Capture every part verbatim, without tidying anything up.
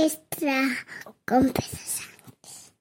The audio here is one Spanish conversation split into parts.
extra con Pedro Sánchez.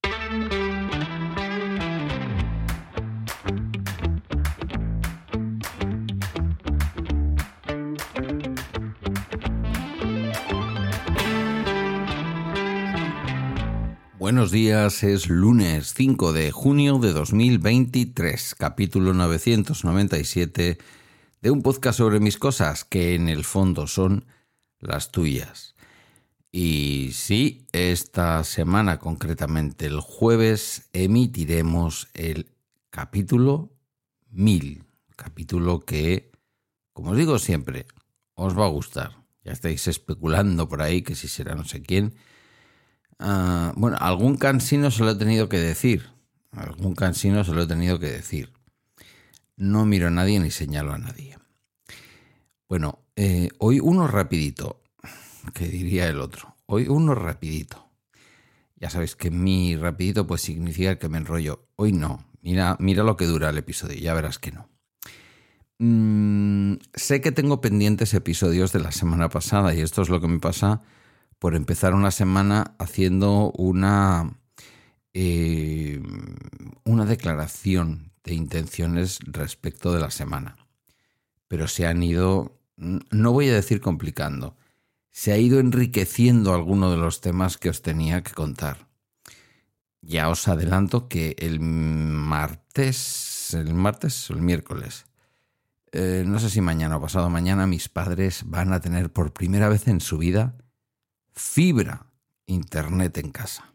Buenos días, es lunes cinco de junio de dos mil veintitrés, capítulo novecientos noventa y siete de un podcast sobre mis cosas que en el fondo son las tuyas. Y sí, esta semana, concretamente el jueves, emitiremos el capítulo mil, capítulo que, como os digo siempre, os va a gustar. Ya estáis especulando por ahí que si será no sé quién. Uh, bueno, algún cansino se lo he tenido que decir. Algún cansino se lo he tenido que decir. No miro a nadie ni señalo a nadie. Bueno, eh, hoy uno rapidito. ¿Qué diría el otro? Hoy uno rapidito. Ya sabéis que mi rapidito pues significa que me enrollo. Hoy no. Mira, mira lo que dura el episodio. Ya verás que no. Mm, sé que tengo pendientes episodios de la semana pasada y esto es lo que me pasa por empezar una semana haciendo una, eh, una declaración de intenciones respecto de la semana. Pero se han ido, no voy a decir complicando, se ha ido enriqueciendo alguno de los temas que os tenía que contar. Ya os adelanto que el martes, el martes o el miércoles, eh, no sé si mañana o pasado mañana, mis padres van a tener por primera vez en su vida fibra internet en casa.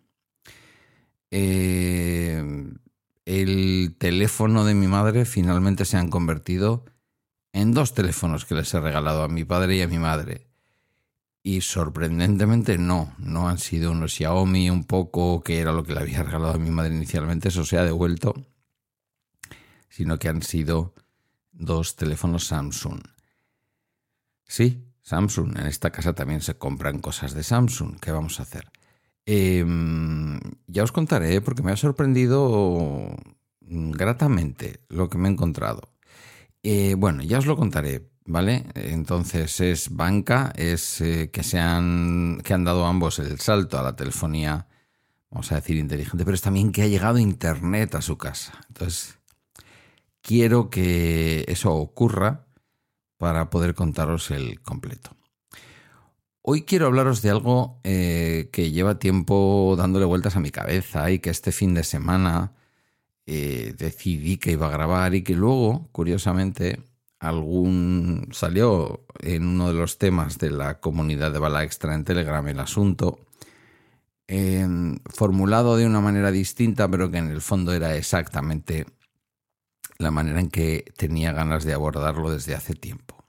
Eh, el teléfono de mi madre finalmente se han convertido en dos teléfonos que les he regalado a mi padre y a mi madre. Y sorprendentemente no, no han sido unos Xiaomi un poco, que era lo que le había regalado a mi madre inicialmente, eso se ha devuelto, sino que han sido dos teléfonos Samsung. Sí, Samsung. En esta casa también se compran cosas de Samsung. ¿Qué vamos a hacer? Eh, ya os contaré porque me ha sorprendido gratamente lo que me he encontrado. Eh, bueno, ya os lo contaré, ¿vale? Entonces es banca, es eh, que, se han, que han dado ambos el salto a la telefonía, vamos a decir inteligente, pero es también que ha llegado internet a su casa. Entonces quiero que eso ocurra para poder contaros el completo. Hoy quiero hablaros de algo eh, que lleva tiempo dándole vueltas a mi cabeza y que este fin de semana eh, decidí que iba a grabar y que luego, curiosamente, algún salió en uno de los temas de la comunidad de Bala Extra en Telegram el asunto, eh, formulado de una manera distinta, pero que en el fondo era exactamente la manera en que tenía ganas de abordarlo desde hace tiempo.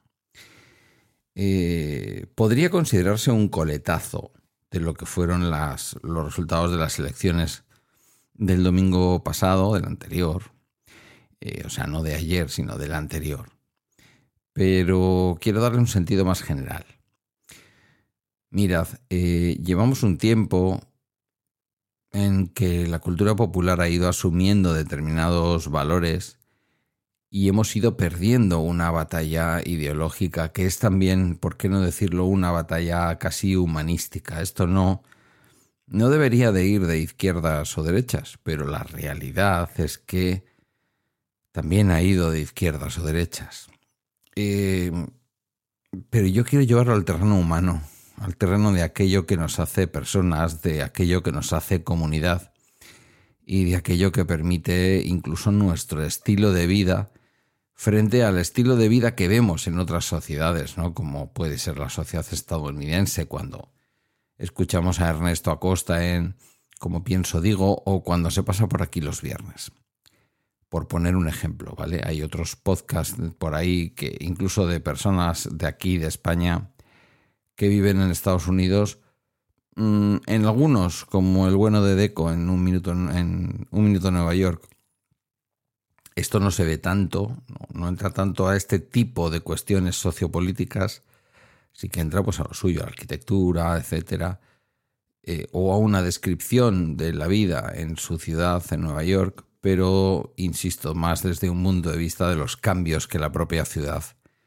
Eh, podría considerarse un coletazo de lo que fueron las, los resultados de las elecciones del domingo pasado, del anterior, eh, o sea, no de ayer, sino del anterior. Pero quiero darle un sentido más general. Mirad, eh, llevamos un tiempo en que la cultura popular ha ido asumiendo determinados valores y hemos ido perdiendo una batalla ideológica que es también, ¿por qué no decirlo?, una batalla casi humanística. Esto no, no debería de ir de izquierdas o derechas, pero la realidad es que también ha ido de izquierdas o derechas. Eh, pero yo quiero llevarlo al terreno humano, al terreno de aquello que nos hace personas, de aquello que nos hace comunidad y de aquello que permite incluso nuestro estilo de vida frente al estilo de vida que vemos en otras sociedades, ¿no? Como puede ser la sociedad estadounidense, cuando escuchamos a Ernesto Acosta en Como pienso digo, o cuando se pasa por aquí los viernes. Por poner un ejemplo, ¿vale? Hay otros podcasts por ahí, que incluso de personas de aquí, de España, que viven en Estados Unidos, mmm, en algunos, como el bueno de Deco en Un Minuto en Un Minuto en Nueva York. Esto no se ve tanto, no, no entra tanto a este tipo de cuestiones sociopolíticas, sí que entra pues a lo suyo, a la arquitectura, etcétera, eh, o a una descripción de la vida en su ciudad, en Nueva York, pero, insisto, más desde un punto de vista de los cambios que la propia ciudad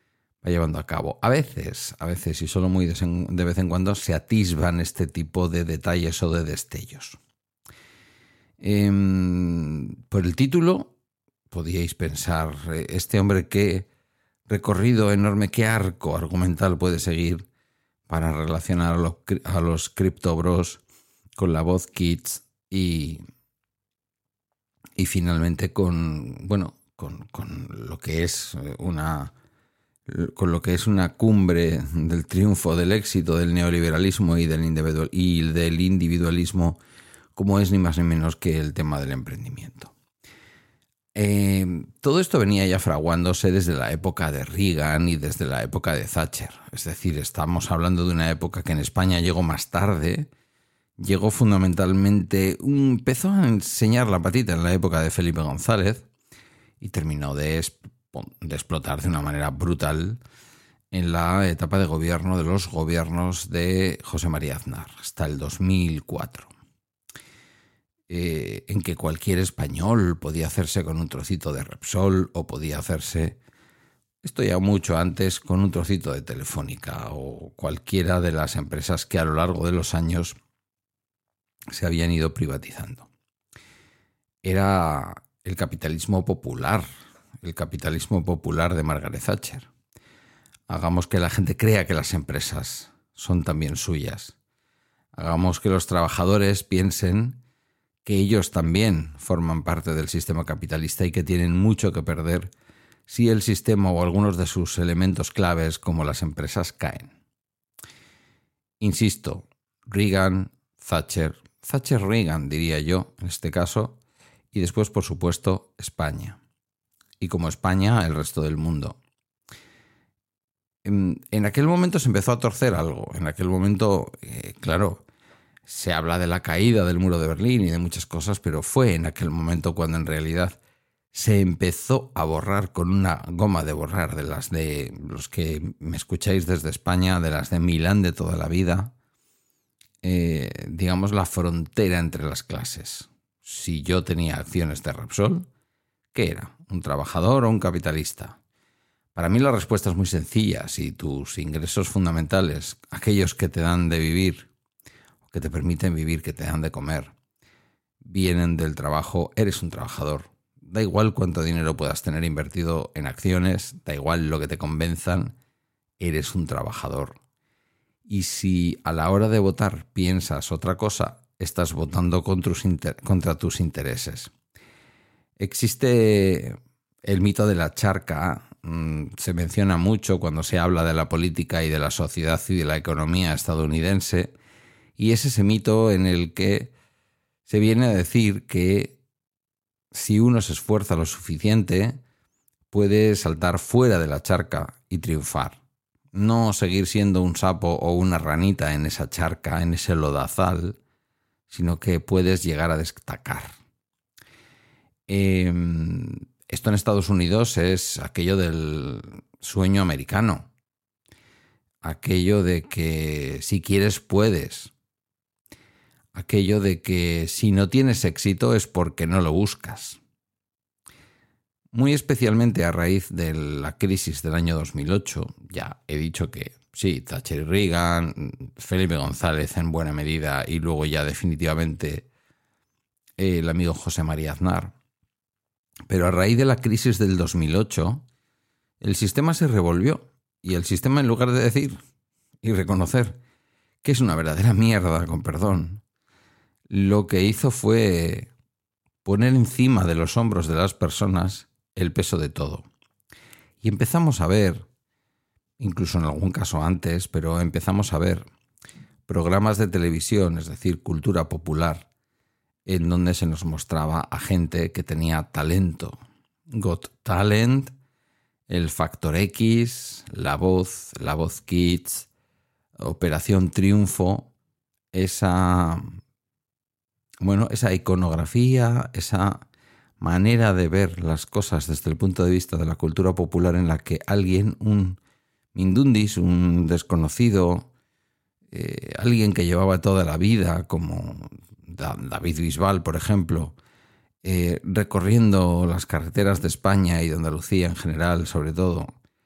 va llevando a cabo. A veces, a veces y solo muy de vez en cuando se atisban este tipo de detalles o de destellos. Eh, por el título podíais pensar, este hombre qué recorrido enorme, qué arco argumental puede seguir para relacionar a los, a los Crypto Bros con la voz Kids y, y finalmente con, bueno, con, con lo que es una con lo que es una cumbre del triunfo, del éxito del neoliberalismo y del, individual, y del individualismo, como es ni más ni menos que el tema del emprendimiento. Eh, todo esto venía ya fraguándose desde la época de Reagan y desde la época de Thatcher. Es decir, estamos hablando de una época que en España llegó más tarde, llegó fundamentalmente, empezó a enseñar la patita en la época de Felipe González y terminó de, de explotar de una manera brutal en la etapa de gobierno de los gobiernos de José María Aznar, hasta el dos mil cuatro. Eh, en que cualquier español podía hacerse con un trocito de Repsol o podía hacerse, esto ya mucho antes, con un trocito de Telefónica o cualquiera de las empresas que a lo largo de los años se habían ido privatizando. Era el capitalismo popular, el capitalismo popular de Margaret Thatcher. Hagamos que la gente crea que las empresas son también suyas. Hagamos que los trabajadores piensen que ellos también forman parte del sistema capitalista y que tienen mucho que perder si el sistema o algunos de sus elementos claves como las empresas caen. Insisto, Reagan, Thatcher, Thatcher-Reagan diría yo en este caso, y después por supuesto España. Y como España, el resto del mundo. En, en aquel momento se empezó a torcer algo, en aquel momento, eh, claro, se habla de la caída del muro de Berlín y de muchas cosas, pero fue en aquel momento cuando en realidad se empezó a borrar con una goma de borrar, de las de los que me escucháis desde España, de las de Milán de toda la vida, eh, digamos la frontera entre las clases. Si yo tenía acciones de Repsol, ¿qué era? ¿Un trabajador o un capitalista? Para mí la respuesta es muy sencilla. Si tus ingresos fundamentales, aquellos que te dan de vivir, que te permiten vivir, que te dan de comer, vienen del trabajo, eres un trabajador. Da igual cuánto dinero puedas tener invertido en acciones, da igual lo que te convenzan, eres un trabajador. Y si a la hora de votar piensas otra cosa, estás votando contra tus, inter- contra tus intereses. Existe el mito de la charca, mmm, se menciona mucho cuando se habla de la política y de la sociedad y de la economía estadounidense. Y es ese mito en el que se viene a decir que si uno se esfuerza lo suficiente, puede saltar fuera de la charca y triunfar. No seguir siendo un sapo o una ranita en esa charca, en ese lodazal, sino que puedes llegar a destacar. Eh, esto en Estados Unidos es aquello del sueño americano. Aquello de que si quieres, puedes. Aquello de que si no tienes éxito es porque no lo buscas. Muy especialmente a raíz de la crisis del año dos mil ocho, ya he dicho que sí, Thatcher y Reagan, Felipe González en buena medida y luego ya definitivamente el amigo José María Aznar. Pero a raíz de la crisis del dos mil ocho, el sistema se revolvió y el sistema, en lugar de decir y reconocer que es una verdadera mierda, con perdón, lo que hizo fue poner encima de los hombros de las personas el peso de todo. Y empezamos a ver, incluso en algún caso antes, pero empezamos a ver programas de televisión, es decir, cultura popular, en donde se nos mostraba a gente que tenía talento. Got Talent, el Factor X, La Voz, La Voz Kids, Operación Triunfo, esa... Bueno, esa iconografía, esa manera de ver las cosas desde el punto de vista de la cultura popular en la que alguien, un mindundis, un desconocido, eh, alguien que llevaba toda la vida, como David Bisbal, por ejemplo, eh, recorriendo las carreteras de España y de Andalucía en general, sobre todo,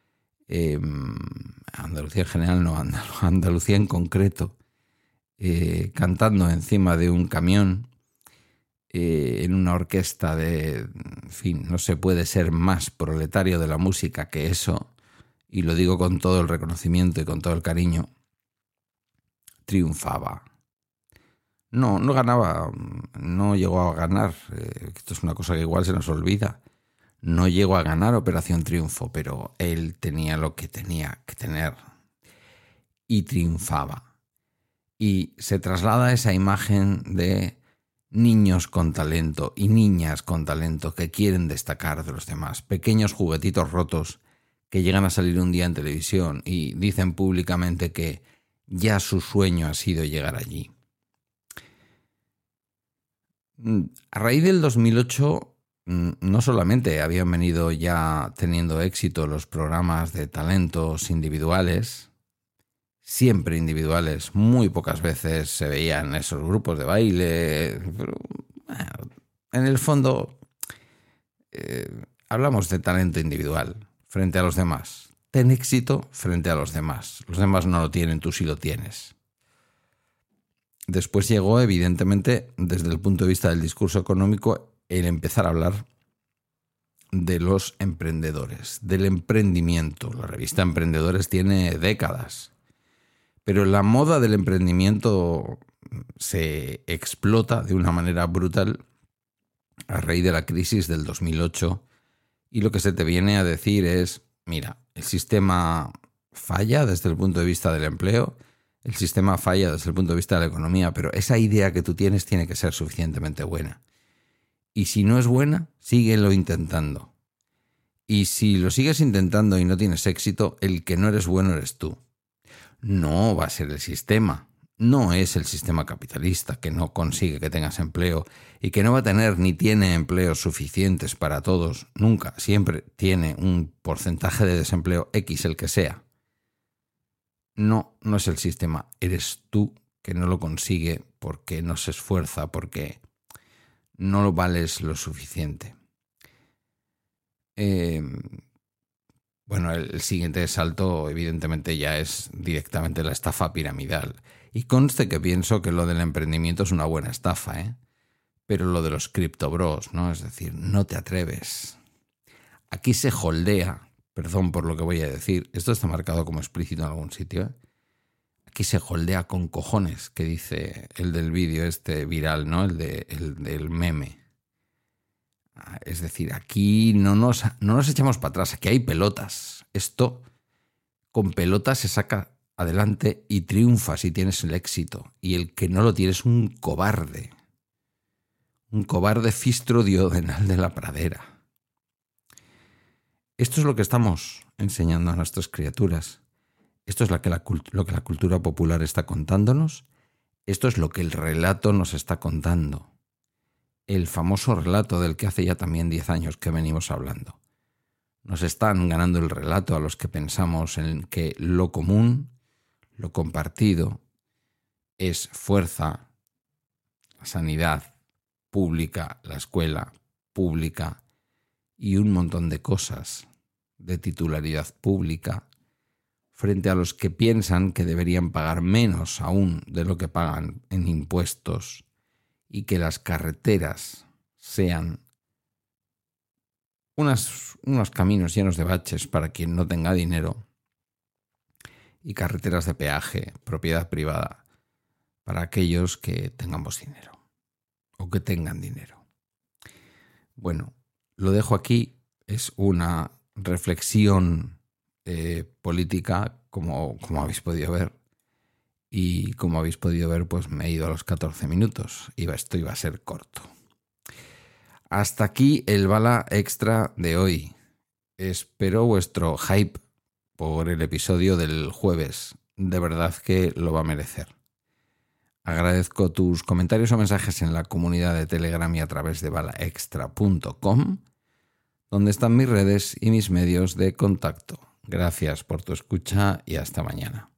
eh, Andalucía en general, no, Andalucía en concreto, eh, cantando encima de un camión, eh, en una orquesta de, en fin, no se puede ser más proletario de la música que eso, y lo digo con todo el reconocimiento y con todo el cariño, triunfaba. No, no ganaba, no llegó a ganar, eh, esto es una cosa que igual se nos olvida, no llegó a ganar Operación Triunfo, pero él tenía lo que tenía que tener y triunfaba. Y se traslada esa imagen de niños con talento y niñas con talento que quieren destacar de los demás, pequeños juguetitos rotos que llegan a salir un día en televisión y dicen públicamente que ya su sueño ha sido llegar allí. A raíz del dos mil ocho, no solamente habían venido ya teniendo éxito los programas de talentos individuales, siempre individuales, muy pocas veces se veían esos grupos de baile, pero bueno, en el fondo eh, hablamos de talento individual frente a los demás. Ten éxito frente a los demás. Los demás no lo tienen, tú sí lo tienes. Después llegó, evidentemente, desde el punto de vista del discurso económico, el empezar a hablar de los emprendedores, del emprendimiento. La revista Emprendedores tiene décadas, pero la moda del emprendimiento se explota de una manera brutal a raíz de la crisis del dos mil ocho, y lo que se te viene a decir es, mira, el sistema falla desde el punto de vista del empleo, el sistema falla desde el punto de vista de la economía, pero esa idea que tú tienes tiene que ser suficientemente buena. Y si no es buena, síguelo intentando. Y si lo sigues intentando y no tienes éxito, el que no eres bueno eres tú. No va a ser el sistema. No es el sistema capitalista que no consigue que tengas empleo y que no va a tener ni tiene empleos suficientes para todos. Nunca, siempre tiene un porcentaje de desempleo X, el que sea. No, no es el sistema, eres tú que no lo consigue porque no se esfuerza, porque no lo vales lo suficiente. Eh, bueno, el, el siguiente salto evidentemente ya es directamente la estafa piramidal. Y conste que pienso que lo del emprendimiento es una buena estafa, ¿eh? Pero lo de los criptobros, ¿no? Es decir, no te atreves. Aquí se holdea. Perdón por lo que voy a decir, esto está marcado como explícito en algún sitio, ¿eh? Aquí se holdea con cojones, que dice el del vídeo este viral, ¿no? El, de, el del meme. Es decir, aquí no nos, no nos echamos para atrás, aquí hay pelotas. Esto con pelotas se saca adelante y triunfas y tienes el éxito. Y el que no lo tiene es un cobarde. Un cobarde fistro diodenal de la pradera. Esto es lo que estamos enseñando a nuestras criaturas. Esto es lo que, la, lo que la cultura popular está contándonos. Esto es lo que el relato nos está contando. El famoso relato del que hace ya también diez años que venimos hablando. Nos están ganando el relato a los que pensamos en que lo común, lo compartido, es fuerza, la sanidad pública, la escuela pública y un montón de cosas de titularidad pública, frente a los que piensan que deberían pagar menos aún de lo que pagan en impuestos y que las carreteras sean unas, unos caminos llenos de baches para quien no tenga dinero y carreteras de peaje, propiedad privada, para aquellos que tengamos dinero o que tengan dinero. Bueno, lo dejo aquí, es una reflexión eh, política, como, como habéis podido ver. Y como habéis podido ver, pues me he ido a los catorce minutos. Iba, esto iba a ser corto. Hasta aquí el Bala Extra de hoy. Espero vuestro hype por el episodio del jueves. De verdad que lo va a merecer. Agradezco tus comentarios o mensajes en la comunidad de Telegram y a través de bala extra punto com, donde están mis redes y mis medios de contacto. Gracias por tu escucha y hasta mañana.